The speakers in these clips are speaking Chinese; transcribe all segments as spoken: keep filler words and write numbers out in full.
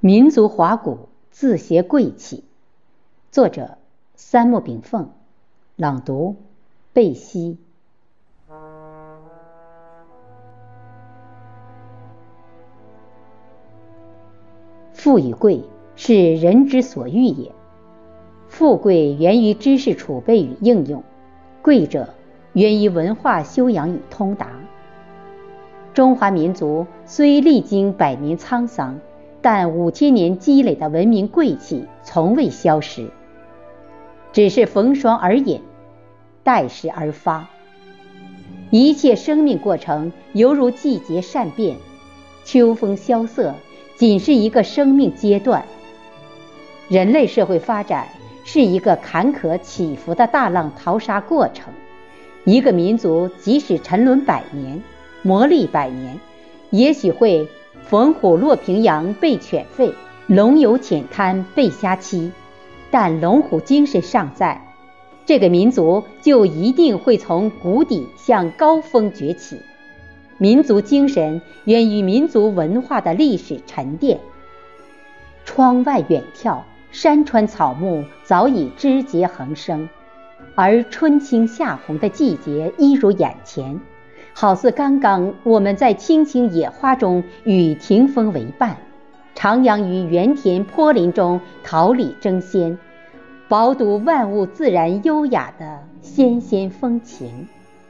民族华骨，自携贵气。作者：三木炳凤，朗读：贝西。富与贵是人之所欲也。富贵源于知识储备与应用，贵者源于文化修养与通达。中华民族虽历经百年沧桑，但五千年积累的文明贵气从未消失，只是逢霜而隐，待时而发。一切生命过程犹如季节善变，秋风萧瑟仅是一个生命阶段。人类社会发展是一个坎坷起伏的大浪淘沙过程，一个民族即使沉沦百年，磨砺百年，也许会逢虎落平阳被犬吠，龙游浅滩被虾欺，但龙虎精神尚在，这个民族就一定会从谷底向高峰崛起。民族精神源于民族文化的历史沉淀。窗外远眺，山川草木早已枝节横生，而春青夏红的季节一如眼前，好似刚刚我们在青青野花中与庭风为伴，徜徉于原田坡林中桃李争先，饱读万物自然优雅的纤纤风情。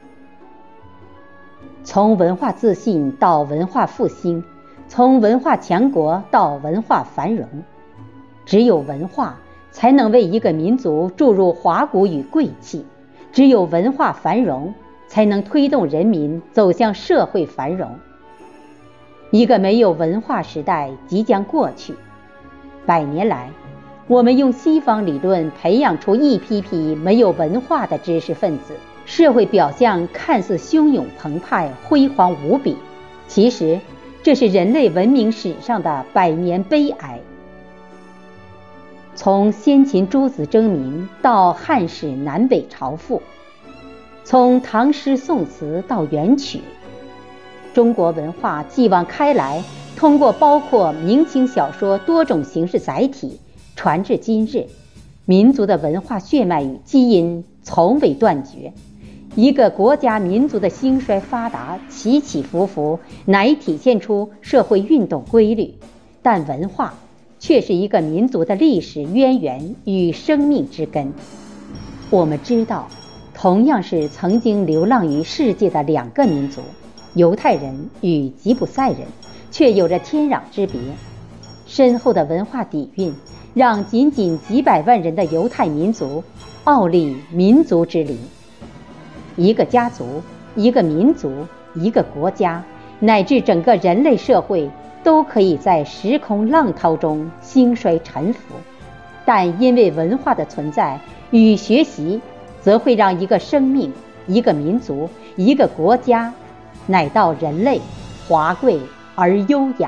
从文化自信到文化复兴，从文化强国到文化繁荣，只有文化才能为一个民族注入华骨与贵气，只有文化繁荣才能推动人民走向社会繁荣。一个没有文化时代即将过去。百年来，我们用西方理论培养出一批批没有文化的知识分子，社会表象看似汹涌澎湃，辉煌无比，其实这是人类文明史上的百年悲哀。从先秦诸子争鸣到汉史南北朝赋，从唐诗宋词到元曲，中国文化继往开来，通过包括明清小说多种形式载体传至今日，民族的文化血脉与基因从未断绝。一个国家民族的兴衰发达起起伏伏，乃体现出社会运动规律，但文化却是一个民族的历史渊源与生命之根。我们知道，同样是曾经流浪于世界的两个民族，犹太人与吉普赛人，却有着天壤之别。深厚的文化底蕴让仅仅几百万人的犹太民族傲立民族之林。一个家族，一个民族，一个国家，乃至整个人类社会都可以在时空浪涛中兴衰沉浮，但因为文化的存在与学习，则会让一个生命，一个民族，一个国家，乃到人类华贵而优雅。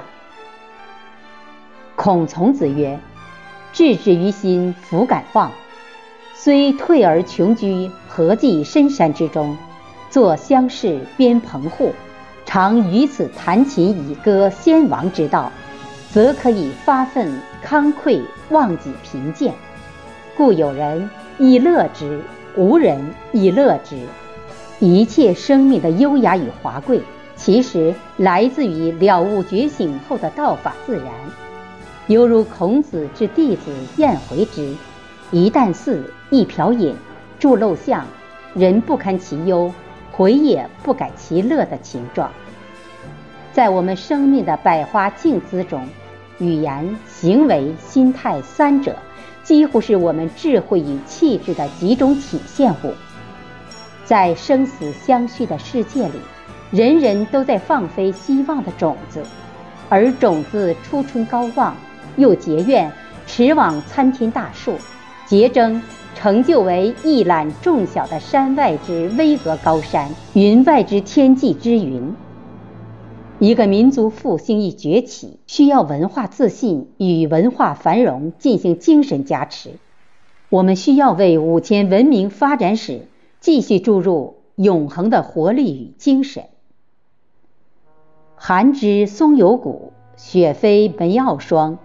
孔从子曰：志之于心，弗敢忘。虽退而穷居，何计深山之中，坐乡室边棚户，常于此弹琴以歌先王之道，则可以发愤慷慨，忘己贫贱。故有人亦乐之，无人亦乐之。一切生命的优雅与华贵，其实来自于了悟觉醒后的道法自然。犹如孔子之弟子颜回之，一箪食，一瓢饮，住陋巷，人不堪其忧，回也不改其乐的情状。在我们生命的百花竞姿中，语言、行为、心态三者几乎是我们智慧与气质的几种体现物。在生死相续的世界里，人人都在放飞希望的种子，而种子初春高望，又结怨驰往参天大树，结征成就为一览众小的山外之巍峨高山，云外之天际之云。一个民族复兴与崛起，需要文化自信与文化繁荣进行精神加持。我们需要为五千文明发展史继续注入永恒的活力与精神。寒枝松有骨，雪飞梅傲霜，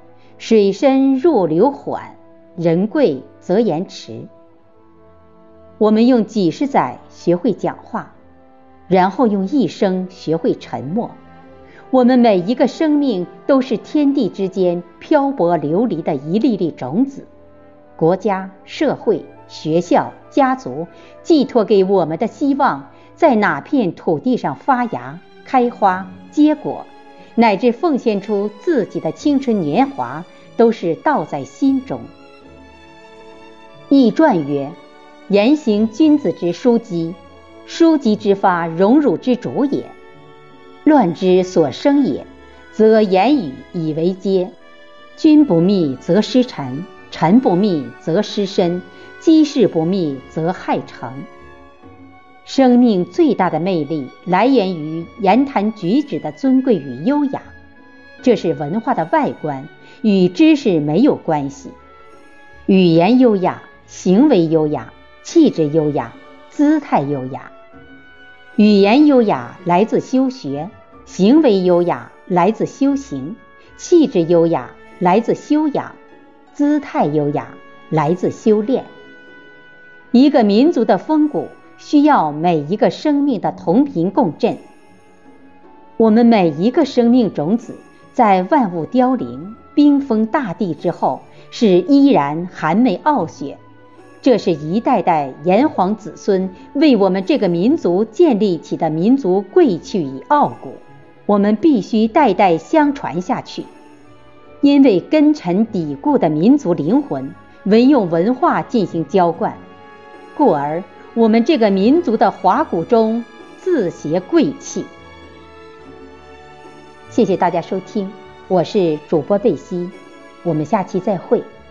水深入流缓，人贵则言迟。我们用几十载学会讲话，然后用一生学会沉默。我们每一个生命都是天地之间漂泊流离的一粒粒种子，国家、社会、学校、家族寄托给我们的希望，在哪片土地上发芽、开花、结果，乃至奉献出自己的青春年华，都是道在心中。易传曰：言行君子之枢机，枢机之发，荣辱之主也。乱之所生也，则言语以为阶。君不密则失臣，臣不密则失身，机事不密则害成。生命最大的魅力来源于言谈举止的尊贵与优雅，这是文化的外观，与知识没有关系。语言优雅，行为优雅，气质优雅，姿态优雅。语言优雅来自修学，行为优雅来自修行，气质优雅来自修养，姿态优雅来自修炼。一个民族的风骨需要每一个生命的同频共振。我们每一个生命种子在万物凋零、冰封大地之后，是依然含媚傲雪。这是一代代炎黄子孙为我们这个民族建立起的民族贵趣与傲骨，我们必须代代相传下去。因为根沉蒂固的民族灵魂唯用文化进行浇灌，故而我们这个民族的华骨中自携贵气。谢谢大家收听，我是主播贝西，我们下期再会。